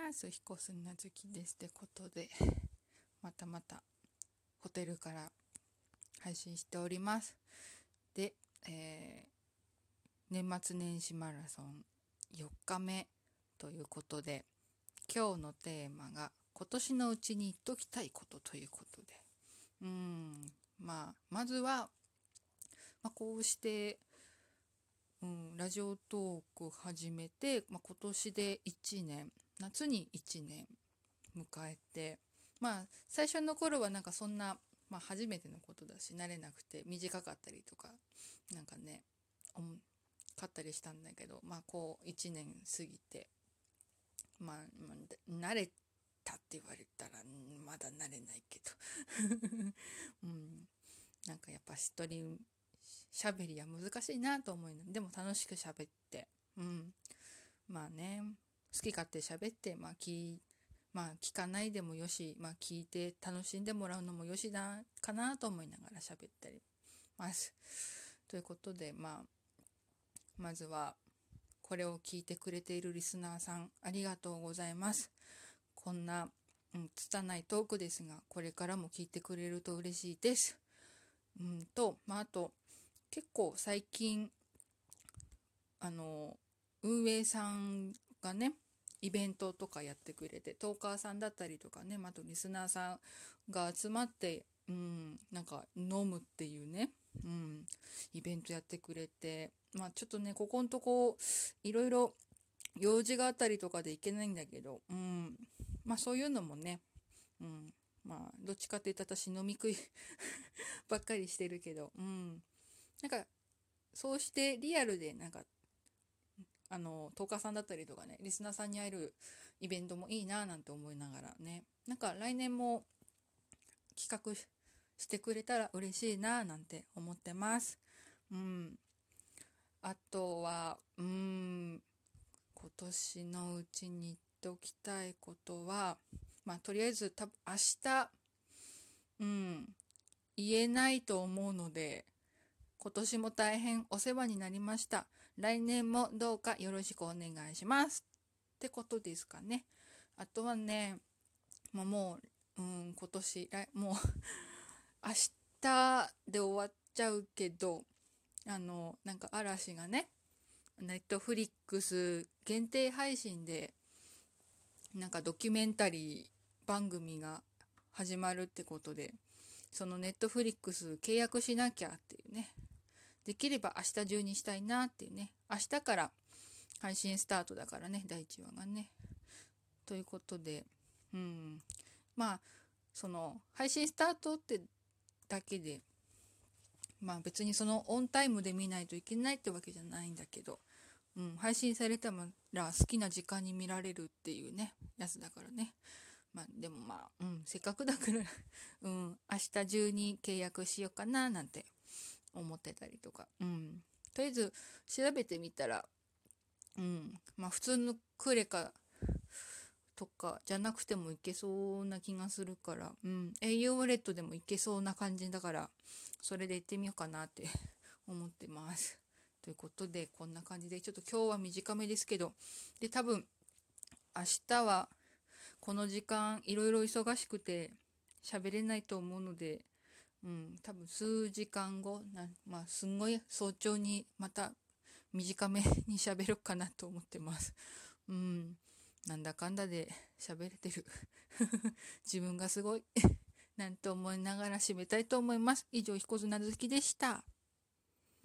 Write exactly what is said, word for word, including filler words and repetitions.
ます。彦砂好きですってことで、またまたホテルから配信しております。で、えー年末年始マラソンよっかめということで、今日のテーマが今年のうちに言っときたいことということで、うーんまあまずは、まあ、こうして、うん、ラジオトーク始めて、まあ、今年でいちねん、夏にいちねん迎えて、まあ最初の頃はなんかそんな、まあ、初めてのことだし慣れなくて短かったりとかなんかね、うん、買ったりしたんだけど、まあこういちねん過ぎて、まあ、まあ、慣れたって言われたらまだ慣れないけど、うん、なんかやっぱ一人しゃべりは難しいなと思いながら、でも楽しくしゃべって、うん、まあね、好き勝手しゃべって、まあ聞まあ聞かないでもよし、まあ聞いて楽しんでもらうのもよしだかなと思いながらしゃべったります。ということで、まあまずはこれを聞いてくれているリスナーさん、ありがとうございます。こんな、うん、拙いトークですが、これからも聞いてくれると嬉しいです。うんと、まあ、あと、結構最近、あの、運営さんがね、イベントとかやってくれて、トーカーさんだったりとかね、あとリスナーさんが集まって、うん、なんか飲むっていうね、うん、イベントやってくれて、まあちょっとね、ここのとこ、いろいろ用事があったりとかで行けないんだけど、うん、まあそういうのもね、うん、まあどっちかって言ったら私飲み食いばっかりしてるけど、うん、なんかそうしてリアルでなんかあのトーカーさんだったりとかね、リスナーさんに会えるイベントもいいななんて思いながらね、なんか来年も企画してくれたら嬉しいななんて思ってます。うん、あとは、うん、今年のうちに言っておきたいことは、まあとりあえず多分明日、うん、言えないと思うので、今年も大変お世話になりました。来年もどうかよろしくお願いします。ってことですかね。あとはね、まあ、もう、うん、今年、来もう明日で終わっちゃうけど、あの、なんか嵐がね、ネットフリックス限定配信で、なんかドキュメンタリー番組が始まるってことで、そのネットフリックス契約しなきゃっていうね、できれば明日中にしたいなっていうね、明日から配信スタートだからね、だいいちわがね。ということで、うん、まあ、その配信スタートってだけで、まあ別にそのオンタイムで見ないといけないってわけじゃないんだけど、うん、配信されたら好きな時間に見られるっていうね、やつだからね。まあでもまあ、うん、せっかくだからうん、明日中に契約しようかななんて思ってたりとか、うん、とりあえず調べてみたら、うん、まあ普通のクレカとかじゃなくてもいけそうな気がするから、うん、エーユー ウォレットでもいけそうな感じだから、それで行ってみようかなって思ってます。ということで、こんな感じで、ちょっと今日は短めですけど、で、多分、明日はこの時間いろいろ忙しくて喋れないと思うので、うん、多分数時間後な、まあ、すんごい早朝にまた短めに喋ろうかなと思ってます。うん、なんだかんだで喋れてる自分がすごいなんて思いながら締めたいと思います。以上、彦綱好きでした。